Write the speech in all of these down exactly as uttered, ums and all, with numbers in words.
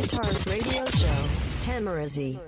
Guitar's radio show, Tamarazi.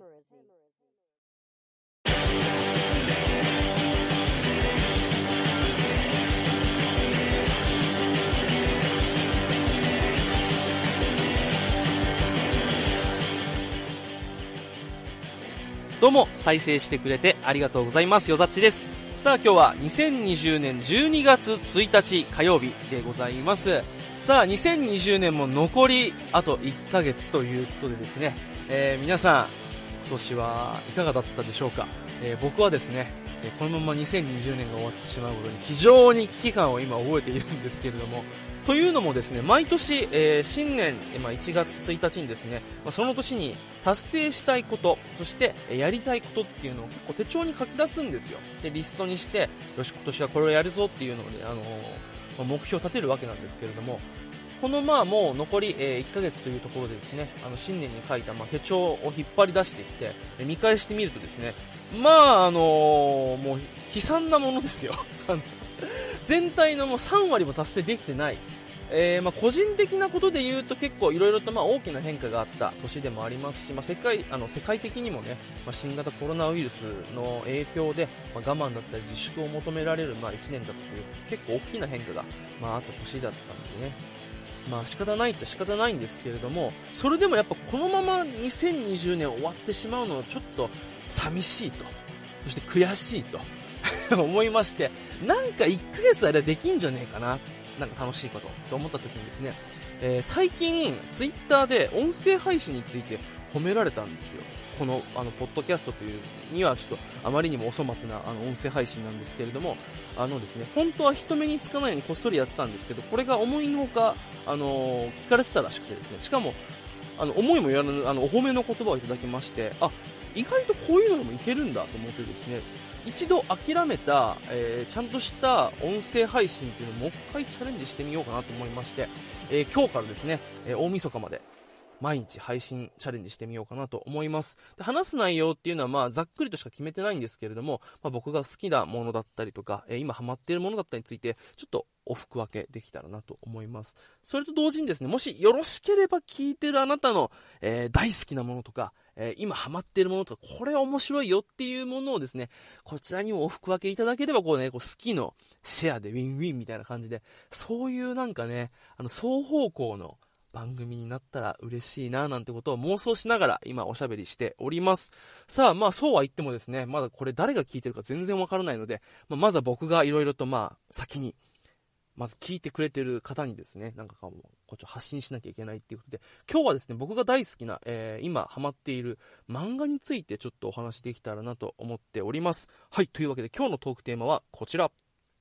どうも再生してくれてありがとうございます。よざっちです。さあ今日はにせんにじゅうねんじゅうにがつついたち火曜日でございます。さあにせんにじゅうねんも残りあといっかげつということでですね、えー、皆さん今年はいかがだったでしょうか。えー、僕はですねこのままにせんにじゅうねんが終わってしまうことに非常に危機感を今覚えているんですけれども、というのもですね毎年、えー、新年、まあ、いちがつついたちにですね、まあ、その年に達成したいこと、そしてやりたいことっていうのを結構手帳に書き出すんですよ。でリストにして、よし今年はこれをやるぞっていうのを、ね、あのーまあ、目標を立てるわけなんですけれども、このまあもう残り、えー、いっかげつというところでですね、あの新年に書いた、まあ、手帳を引っ張り出してきて、えー、見返してみるとですね、まああのー、もう悲惨なものですよ全体のもうさんわりも達成できてない。えーまあ、個人的なことで言うと結構いろいろとまあ大きな変化があった年でもありますし、まあ、世界あの世界的にもね、まあ、新型コロナウイルスの影響で、まあ、我慢だったり自粛を求められるまあいちねんだったという結構大きな変化が、まあ、あった年だったのでね、まあ仕方ないっちゃ仕方ないんですけれども、それでもやっぱこのままにせんにじゅうねん終わってしまうのはちょっと寂しいと、そして悔しいと思いまして、なんかいっかげつあればできんじゃねえかな、なんか楽しいことと思った時にですね、えー、最近ツイッターで音声配信について褒められたんですよ。このあのポッドキャストというにはちょっとあまりにもお粗末なあの音声配信なんですけれども、あのですね本当は人目につかないようにこっそりやってたんですけど、これが思いのほか、あのー、聞かれてたらしくてですね、しかもあの思いもよらぬあのお褒めの言葉をいただきまして、あ、意外とこういうのでもいけるんだと思ってですね、一度諦めた、えー、ちゃんとした音声配信っていうのをもう一回チャレンジしてみようかなと思いまして、えー、今日からですね、えー、大晦日まで毎日配信チャレンジしてみようかなと思います。で、話す内容っていうのはまあざっくりとしか決めてないんですけれども、まあ、僕が好きなものだったりとか、えー、今ハマっているものだったりについてちょっとお服分けできたらなと思います。それと同時にですね、もしよろしければ聞いてるあなたの、えー、大好きなものとか、えー、今ハマっているものとか、これ面白いよっていうものをですね、こちらにもお服分けいただければ、こうね、こう好きのシェアでウィンウィンみたいな感じで、そういうなんかね、あの双方向の番組になったら嬉しいななんてことを妄想しながら今おしゃべりしております。さあまあそうは言ってもですね、まだこれ誰が聞いてるか全然わからないので、まあ、まずは僕がいろいろとまあ先にまず聞いてくれてる方にですね、なんかこうこっちを発信しなきゃいけないっていうことで、今日はですね僕が大好きな、えー、今ハマっている漫画についてちょっとお話できたらなと思っております。はい、というわけで今日のトークテーマはこちら。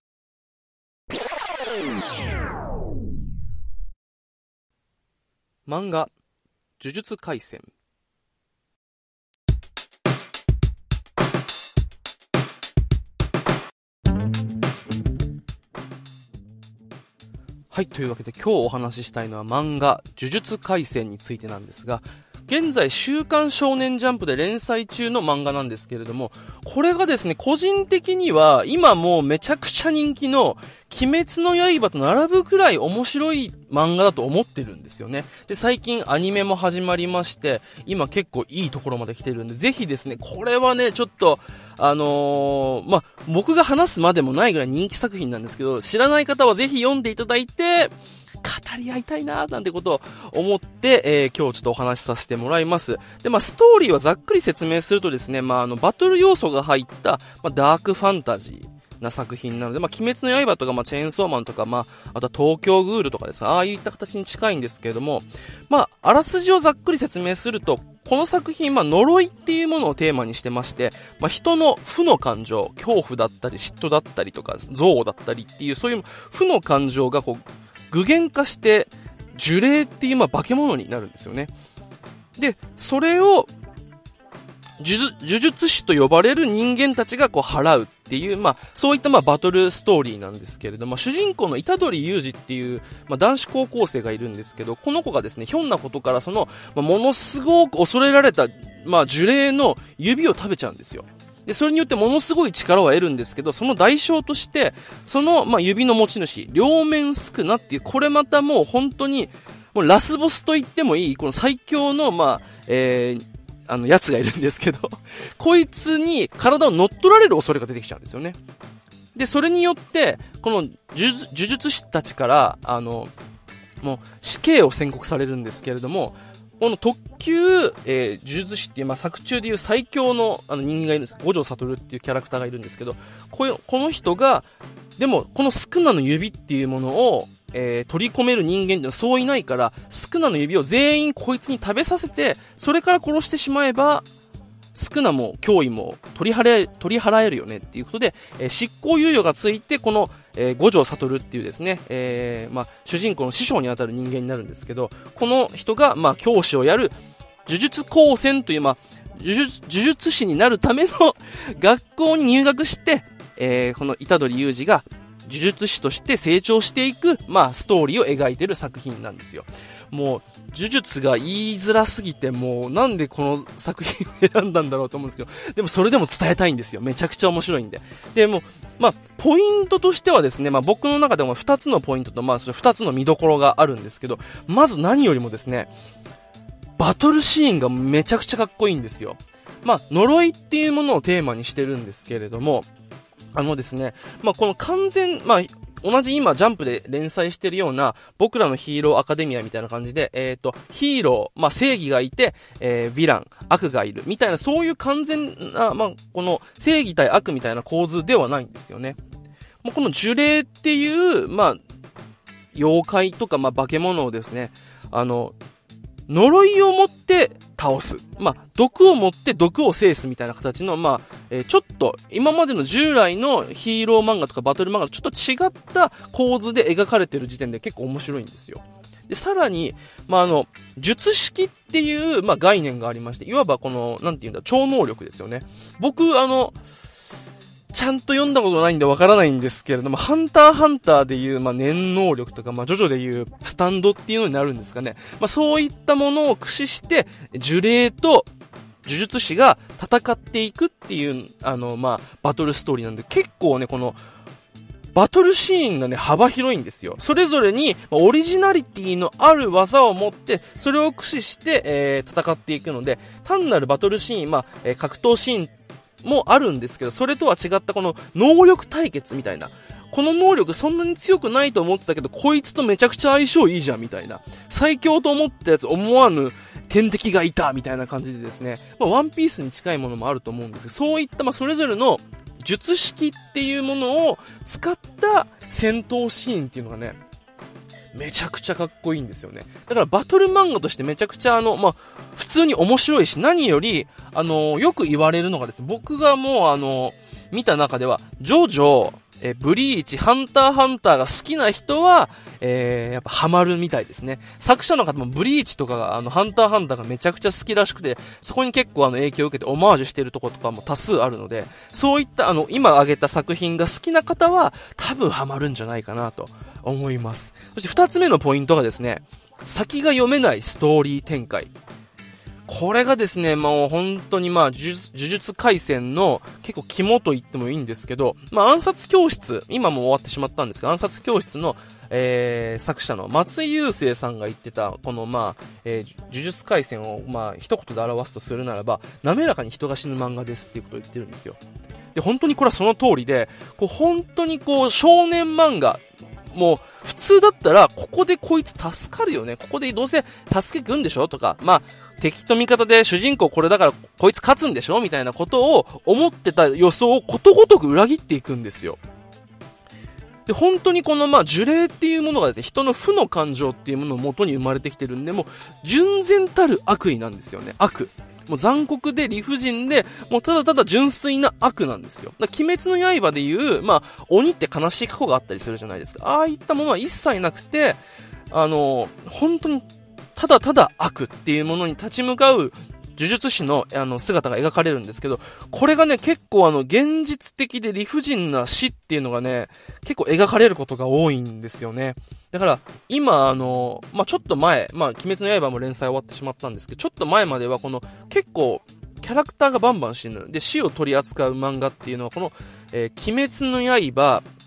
漫画呪術廻戦。はい、というわけで今日お話ししたいのは漫画呪術廻戦についてなんですが、現在週刊少年ジャンプで連載中の漫画なんですけれども、これがですね個人的には今もうめちゃくちゃ人気の鬼滅の刃と並ぶくらい面白い漫画だと思ってるんですよね。で、最近アニメも始まりまして、今結構いいところまで来てるんで、ぜひですね、これはね、ちょっと、あのー、まあ、僕が話すまでもないぐらい人気作品なんですけど、知らない方はぜひ読んでいただいて、語り合いたいなーなんてことを思って、えー、今日ちょっとお話しさせてもらいます。で、まあ、ストーリーはざっくり説明するとですね、まあ、あの、バトル要素が入った、まあ、ダークファンタジーな作品なので、まあ、鬼滅の刃とか、まあ、チェーンソーマンとか、まあ、あとは東京グールとかですね、ああいった形に近いんですけれども、まあ、あらすじをざっくり説明すると、この作品、まあ、呪いっていうものをテーマにしてまして、まあ、人の負の感情、恐怖だったり、嫉妬だったりとか、憎悪だったりっていう、そういう負の感情がこう、具現化して、呪霊っていう、まあ、化け物になるんですよね。で、それを、呪術師と呼ばれる人間たちがこう払うっていう、まあ、そういったまあバトルストーリーなんですけれども、主人公の虎杖裕二っていう、まあ、男子高校生がいるんですけど、この子がですね、ひょんなことからその、まあ、ものすごく恐れられた、まあ、呪霊の指を食べちゃうんですよ。で、それによってものすごい力を得るんですけど、その代償として、その、まあ、指の持ち主、両面宿儺っていう、これまたもう本当に、 もうラスボスと言ってもいい、この最強の、まあ、えー、あの、やつがいるんですけど、こいつに体を乗っ取られる恐れが出てきちゃうんですよね。で、それによって、この呪術師たちから、あの、もう死刑を宣告されるんですけれども、この特級、えー、呪術師っていう、まあ、作中でいう最強のあの人間がいるんです。五条悟っていうキャラクターがいるんですけど、この、この人が、でも、このスクナの指っていうものを、えー、取り込める人間っていうのはそういないから、スクナの指を全員こいつに食べさせて、それから殺してしまえば、スクナも脅威も取り払え、取り払えるよねっていうことで、えー、執行猶予がついて、この、えー、五条悟っていうですね、えー、まあ、主人公の師匠にあたる人間になるんですけど、この人が、まあ、教師をやる、呪術高専という、まあ、呪術、呪術師になるための学校に入学して、えー、この虎杖裕二が、呪術師として成長していく、まあ、ストーリーを描いている作品なんですよ。もう、呪術が言いづらすぎて、もう、なんでこの作品を選んだんだろうと思うんですけど、でもそれでも伝えたいんですよ。めちゃくちゃ面白いんで。で、もう、まあ、ポイントとしてはですね、まあ、僕の中でもふたつのポイントと、まあ、ふたつの見どころがあるんですけど、まず何よりもですね、バトルシーンがめちゃくちゃかっこいいんですよ。まあ、呪いっていうものをテーマにしてるんですけれども、あのですね、まあ、この完全、まあ、同じ今ジャンプで連載してるような僕らのヒーローアカデミアみたいな感じで、えっと、ヒーロー、まあ、正義がいて、えー、ヴィラン、悪がいるみたいな、そういう完全な、まあ、この正義対悪みたいな構図ではないんですよね。もうこの呪霊っていう、まあ、妖怪とか、まあ、化け物をですね、あの、呪いを持って倒す。まあ、毒を持って毒を制すみたいな形の、まあ、えー、ちょっと、今までの従来のヒーロー漫画とかバトル漫画とちょっと違った構図で描かれてる時点で結構面白いんですよ。で、さらに、まあ、あの、術式っていう、まあ、概念がありまして、いわばこの、なんていうんだ、超能力ですよね。僕、あの、ちゃんと読んだことないんでわからないんですけれども、ハンターハンターでいう、まあ、念能力とか、まあ、ジョジョでいうスタンドっていうのになるんですかね。まあ、そういったものを駆使して、呪霊と呪術師が戦っていくっていう、あの、まあ、バトルストーリーなんで、結構ね、この、バトルシーンがね、幅広いんですよ。それぞれに、まあ、オリジナリティのある技を持って、それを駆使して、えー、戦っていくので、単なるバトルシーン、まあ、えー、格闘シーン、もあるんですけど、それとは違ったこの能力対決みたいな。この能力そんなに強くないと思ってたけど、こいつとめちゃくちゃ相性いいじゃんみたいな。最強と思ったやつ思わぬ天敵がいたみたいな感じでですね。まあ、ワンピースに近いものもあると思うんですけど、そういったまあそれぞれの術式っていうものを使った戦闘シーンっていうのがね、めちゃくちゃかっこいいんですよね。だからバトル漫画としてめちゃくちゃあの、まあ、普通に面白いし、何より、あのー、よく言われるのがですね、僕がもうあのー、見た中では、ジョジョ、え、ブリーチ、ハンターハンターが好きな人は、えー、やっぱハマるみたいですね。作者の方もブリーチとかが、あの、ハンターハンターがめちゃくちゃ好きらしくて、そこに結構あの影響を受けてオマージュしてるところとかも多数あるので、そういったあの、今挙げた作品が好きな方は、多分ハマるんじゃないかなと思います。そして二つ目のポイントがですね、先が読めないストーリー展開。これがですね、もう本当にまあ、呪術廻戦の結構肝と言ってもいいんですけど、まあ暗殺教室、今も終わってしまったんですが、暗殺教室の、えー、作者の松井優生さんが言ってた、このまあ、えー、呪術廻戦をまあ、一言で表すとするならば、滑らかに人が死ぬ漫画ですっていうことを言ってるんですよ。で、本当にこれはその通りで、こう本当にこう、少年漫画、もう、普通だったら、ここでこいつ助かるよね。ここでどうせ助けくんでしょとか、まあ、敵と味方で主人公これだからこいつ勝つんでしょみたいなことを思ってた予想をことごとく裏切っていくんですよ。で、本当にこのまあ、呪霊っていうものがですね、人の負の感情っていうものを元に生まれてきてるんで、もう、純然たる悪意なんですよね。悪。もう残酷で理不尽で、もうただただ純粋な悪なんですよ。だから鬼滅の刃でいう、まあ、鬼って悲しい過去があったりするじゃないですか。ああいったものは一切なくて、あの、本当に、ただただ悪っていうものに立ち向かう呪術師のあの姿が描かれるんですけど、これがね、結構あの、現実的で理不尽な死っていうのがね、結構描かれることが多いんですよね。だから、今あの、まあ、ちょっと前、まあ、鬼滅の刃も連載終わってしまったんですけど、ちょっと前まではこの、結構、キャラクターがバンバン死ぬ。で、死を取り扱う漫画っていうのは、この、えー、鬼滅の刃、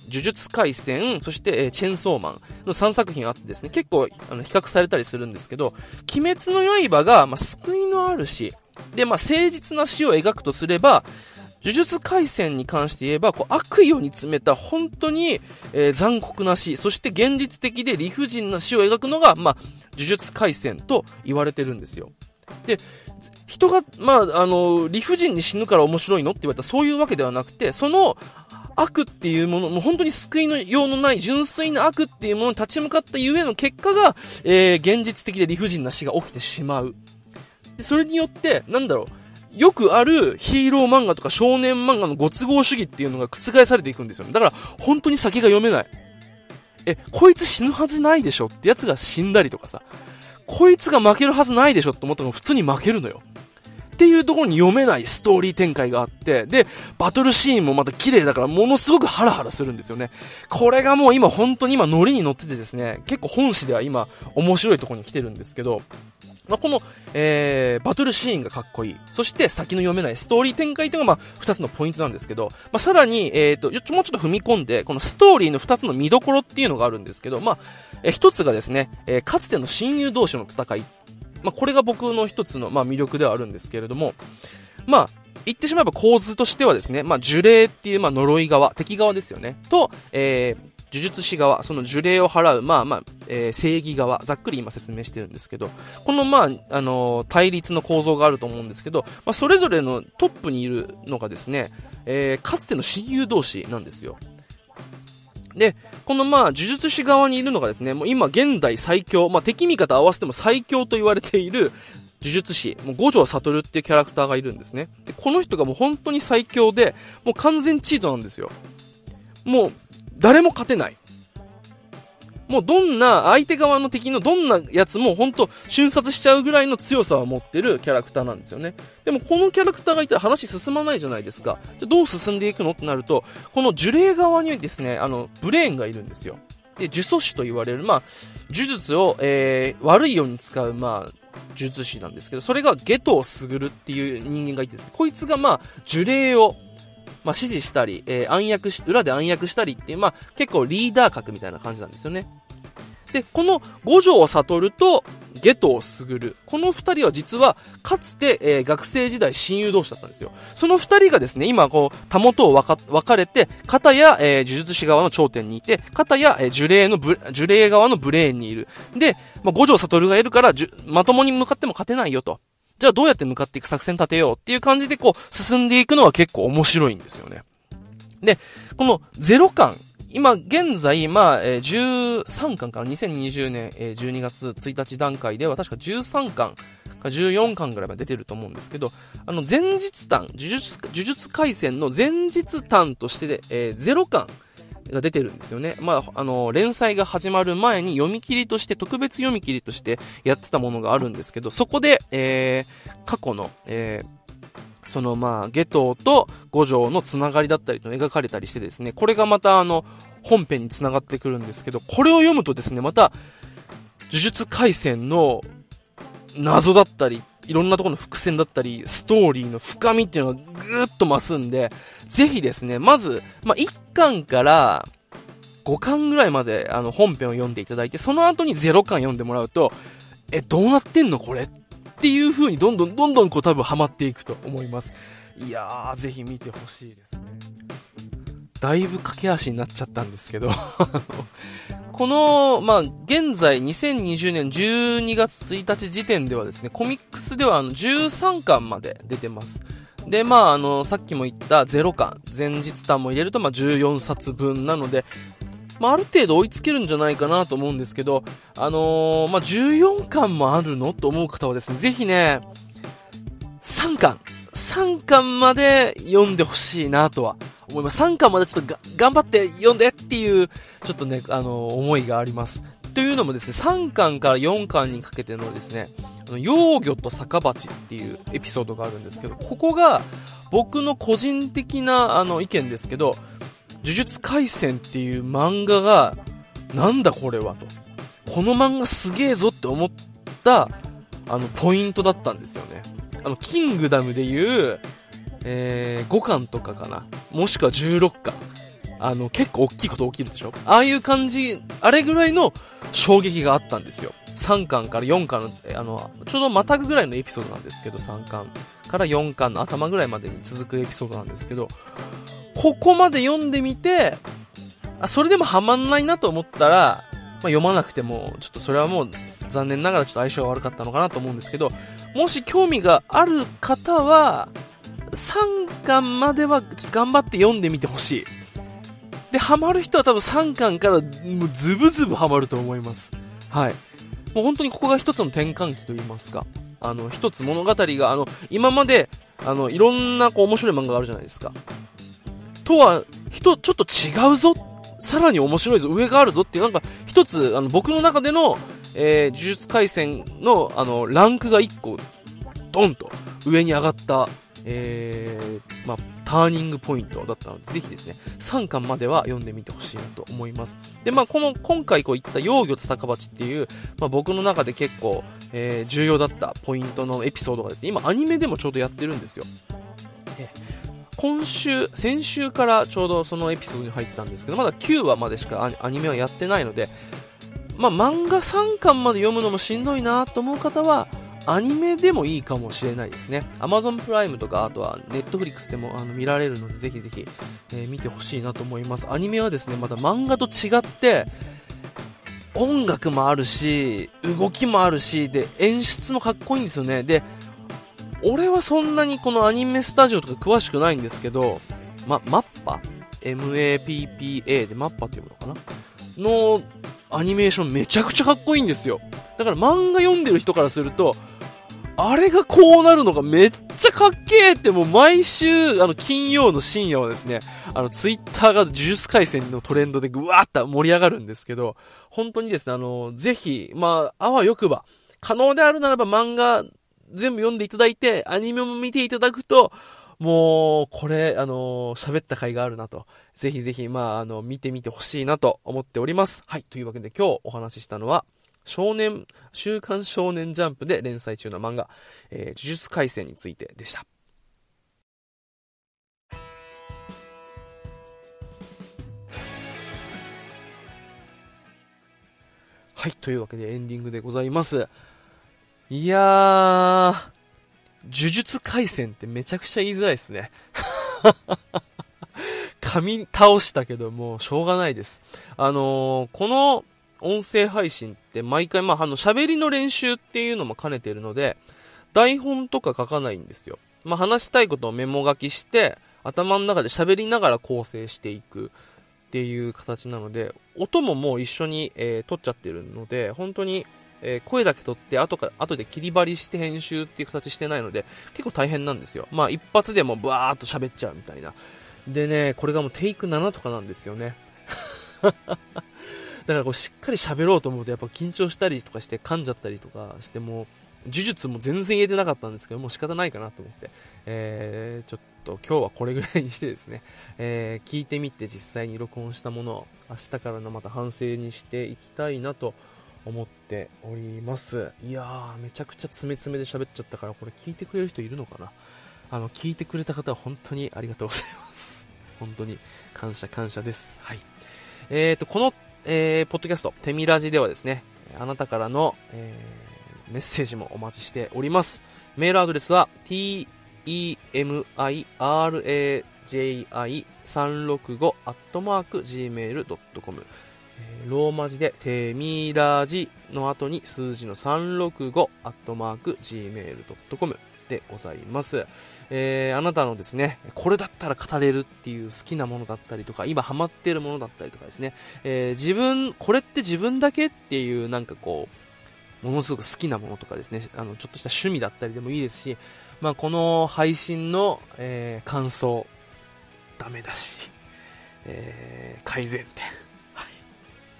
呪術廻戦、そして、えー、チェンソーマンのさんさく品あってですね、結構あの比較されたりするんですけど、鬼滅の刃が、まあ、救いのある死で、まあ、誠実な死を描くとすれば、呪術廻戦に関して言えば、こう悪意を煮詰めた本当に、えー、残酷な死、そして現実的で理不尽な死を描くのが、まあ、呪術廻戦と言われてるんですよ。で、人が、まあ、あの、理不尽に死ぬから面白いのって言われたらそういうわけではなくて、その悪っていうもの、もう本当に救いのようのない純粋な悪っていうものに立ち向かったゆえの結果が、えー、現実的で理不尽な死が起きてしまう。で、それによって、なんだろう、よくあるヒーロー漫画とか少年漫画のご都合主義っていうのが覆されていくんですよね。だから本当に先が読めない。え、こいつ死ぬはずないでしょってやつが死んだりとかさ、こいつが負けるはずないでしょって思ったのが普通に負けるのよ。っていうところに読めないストーリー展開があって、で、バトルシーンもまた綺麗だからものすごくハラハラするんですよね。これがもう今本当に今ノリに乗っててですね、結構本誌では今面白いところに来てるんですけど、まあ、この、えー、バトルシーンがかっこいい。そして先の読めないストーリー展開というのがまあ二つのポイントなんですけど、まあ、さらに、えーと、もうちょっと踏み込んで、このストーリーの二つの見どころっていうのがあるんですけど、まあ、えー、一つがですね、えー、かつての親友同士の戦い。まあ、これが僕の一つの、まあ、魅力ではあるんですけれども、まあ、言ってしまえば構図としてはですね、まあ、呪霊っていう、まあ、呪い側、敵側ですよね。と、えー、呪術師側、その呪霊を払う、まあまあ、えー、正義側、ざっくり今説明してるんですけど、このまあ、あのー、対立の構造があると思うんですけど、まあ、それぞれのトップにいるのがですね、えー、かつての親友同士なんですよ。で、このまあ、呪術師側にいるのがですね、もう今現代最強、まあ敵味方合わせても最強と言われている呪術師、もう五条悟っていうキャラクターがいるんですね。で、この人がもう本当に最強で、もう完全チートなんですよ。もう、誰も勝てない。もうどんな相手側の敵のどんなやつも本当瞬殺しちゃうぐらいの強さを持ってるキャラクターなんですよね。でもこのキャラクターがいたら話進まないじゃないですか。じゃあどう進んでいくのってなると、この呪霊側にですね、あのブレーンがいるんですよ。で、呪詛師と言われる、まあ呪術を、えー、悪いように使うまあ呪術師なんですけど、それが夏油傑っていう人間がいてですね、こいつがまあ呪霊をまあ、指示したり、えー、暗躍し、裏で暗躍したりっていう、まあ、結構リーダー格みたいな感じなんですよね。で、この五条悟と夏油傑、この二人は実は、かつて、えー、学生時代親友同士だったんですよ。その二人がですね、今、こう、たもとを分か、分かれて、片や、えー、呪術師側の頂点にいて、片や、えー、呪霊のブ、呪霊側のブレーンにいる。で、まあ、五条悟がいるから、じゅ、まともに向かっても勝てないよと。じゃあどうやって向かっていく作戦立てようっていう感じでこう進んでいくのは結構面白いんですよね。で、このゼロかん、今現在まあ、えー、じゅうさんかんからにせんにじゅうねん、えー、じゅうにがつついたち段階では確かじゅうさんかんかじゅうよんかんぐらいまで出てると思うんですけど、あの前日譚、呪術、呪術廻戦の前日譚としてで、えー、ゼロかんが出てるんですよね。まあ、あの、連載が始まる前に読み切りとして、特別読み切りとしてやってたものがあるんですけど、そこで、えー、過去の、えー、そのまあ、夏油と五条のつながりだったりと描かれたりしてですね、これがまたあの、本編につながってくるんですけど、これを読むとですね、また、呪術廻戦の謎だったり、いろんなところの伏線だったり、ストーリーの深みっていうのがぐーっと増すんで、ぜひですね、まず、まあ、いっかんからごかんぐらいまであの本編を読んでいただいて、その後にゼロかん読んでもらうと、え、どうなってんのこれっていう風にどんどんどんどんこう多分ハマっていくと思います。いやー、ぜひ見てほしいですね。だいぶ駆け足になっちゃったんですけどこの、まあ、現在にせんにじゅうねんじゅうにがつついたち時点ではですね、コミックスではあのじゅうさんかんまで出てます。で、まあ、あの、さっきも言ったゼロかん、前日譚も入れるとまあじゅうよんさつぶんなので、まあ、ある程度追いつけるんじゃないかなと思うんですけど、あのー、まあ、じゅうよんかんもあるのと思う方はですね、ぜひね、さんかん、さんかんまで読んでほしいなとは思います。さんかんまでちょっとが頑張って読んでっていう、ちょっとね、あのー、思いがあります。というのもですね、さんかんからよんかんにかけてのですね、あの幼魚と酒鉢っていうエピソードがあるんですけど、ここが僕の個人的なあの意見ですけど、呪術廻戦っていう漫画がなんだこれはと、この漫画すげえぞって思ったあのポイントだったんですよね。あのキングダムでいう、えー、ごかんとかかな、もしくはじゅうろっかんあの、結構大きいこと起きるでしょ。ああいう感じ、あれぐらいの衝撃があったんですよ。さんかんからよんかんの、あの、ちょうどまたぐぐらいのエピソードなんですけど、さんかんからよんかんの頭ぐらいまでに続くエピソードなんですけど、ここまで読んでみて、あ、それでもハマんないなと思ったら、まあ、読まなくても、ちょっとそれはもう残念ながらちょっと相性が悪かったのかなと思うんですけど、もし興味がある方は、さんかんまではちょっと頑張って読んでみてほしい。で、ハマる人は多分さんかんからもうズブズブハマると思います。はい。もう本当にここが一つの転換期といいますか、あの、一つ物語が、あの、今まで、あの、いろんなこう面白い漫画があるじゃないですか。とは、人、ちょっと違うぞ。さらに面白いぞ。上があるぞっていう、なんか、一つ、あの、僕の中での、えー、呪術廻戦の、あの、ランクが一個、ドンと上に上がった、えー、まあ、ターニングポイントだったので、ぜひですね、さんかんまでは読んでみてほしいなと思います。で、まあ、この、今回こういった幼魚と坂鉢っていう、まあ、僕の中で結構、えー、重要だったポイントのエピソードがですね、今アニメでもちょうどやってるんですよ。え今週、先週からちょうどそのエピソードに入ったんですけど、まだきゅうわまでしかアニメはやってないので、まあ、漫画さんかんまで読むのもしんどいなと思う方は、アニメでもいいかもしれないですね。Amazon プライムとか、あとは Netflix でもあの見られるので、ぜひぜひ、えー、見てほしいなと思います。アニメはですね、また漫画と違って、音楽もあるし、動きもあるし、で、演出もかっこいいんですよね。で、俺はそんなにこのアニメスタジオとか詳しくないんですけど、ま、マッパ エムエーピーピーエー でマッパっていうのかなのアニメーションめちゃくちゃかっこいいんですよ。だから漫画読んでる人からすると、あれがこうなるのがめっちゃかっけーって、もう毎週、あの、金曜の深夜はですね、あの、ツイッターが呪術廻戦のトレンドでぐわーっと盛り上がるんですけど、本当にですね、あの、ぜひ、まあ、あわよくば、可能であるならば漫画全部読んでいただいて、アニメも見ていただくと、もう、これ、あの、喋った甲斐があるなと。ぜひぜひ、まあ、あの、見てみてほしいなと思っております。はい、というわけで今日お話ししたのは、少年、週刊少年ジャンプで連載中の漫画、えー、呪術廻戦についてでした。はい、というわけでエンディングでございます。いやー、呪術廻戦ってめちゃくちゃ言いづらいですね。噛み倒したけどもうしょうがないです。あのー、この音声配信って毎回、まあ、あの、喋りの練習っていうのも兼ねているので、台本とか書かないんですよ。まあ、話したいことをメモ書きして、頭の中で喋りながら構成していくっていう形なので、音ももう一緒に、えー、撮っちゃってるので、本当に、えー、声だけ撮って、後から、後で切り張りして編集っていう形してないので、結構大変なんですよ。まあ、一発でもブワーっと喋っちゃうみたいな。でね、これがもうテイクななとかなんですよね。だからこうしっかり喋ろうと思うとやっぱ緊張したりとかして噛んじゃったりとかして、も呪術も全然言えてなかったんですけど、もう仕方ないかなと思って、えー、ちょっと今日はこれぐらいにしてですね、えー、聞いてみて実際に録音したものを明日からのまた反省にしていきたいなと思っております。いやー、めちゃくちゃ詰め詰めで喋っちゃったから、これ聞いてくれる人いるのかな。あの聞いてくれた方は本当にありがとうございます。本当に感謝感謝です。はい。えーとこのえー、ポッドキャスト、テミラジではですね、あなたからの、えー、メッセージもお待ちしております。メールアドレスは テミラジさんろくご アットマーク ジーメールドットコム、えー、ローマ字でテミラジの後に数字のさんろくご アットマーク ジーメールドットコムでございます。えー、あなたのですね、これだったら語れるっていう好きなものだったりとか、今ハマっているものだったりとかですね、えー、自分、これって自分だけっていうなんかこう、ものすごく好きなものとかですね、あの、ちょっとした趣味だったりでもいいですし、まあ、この配信の、えー、感想、ダメだし、えー、改善点。はい。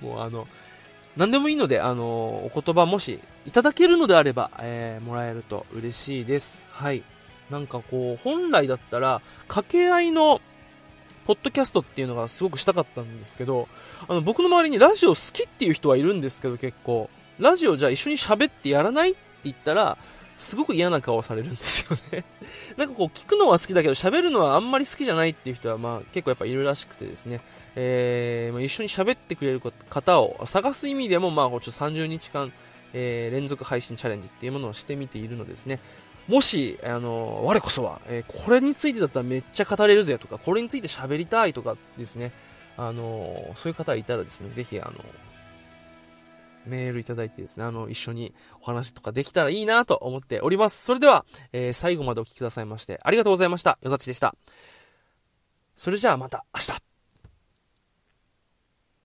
もうあの、何でもいいので、あの、お言葉もしいただけるのであれば、えー、もらえると嬉しいです。はい。なんかこう、本来だったら、掛け合いの、ポッドキャストっていうのがすごくしたかったんですけど、あの、僕の周りにラジオ好きっていう人はいるんですけど、結構、ラジオじゃあ一緒に喋ってやらないって言ったら、 すごく嫌な顔をされるんですよね。なんかこう聞くのは好きだけど喋るのはあんまり好きじゃないっていう人はまあ結構やっぱいるらしくてですね、えーまあ、一緒に喋ってくれる方を探す意味でもまあちょっとさんじゅうにちかん、えー、連続配信チャレンジっていうものをしてみているのですね。もし、あの我こそは、えー、これについてだったらめっちゃ語れるぜとか、これについて喋りたいとかですね、あのそういう方いたらですね、ぜひあのメールいただいてですね、あの、一緒にお話とかできたらいいなと思っております。それでは、えー、最後までお聞きくださいまして、ありがとうございました。よざちでした。それじゃあまた明日。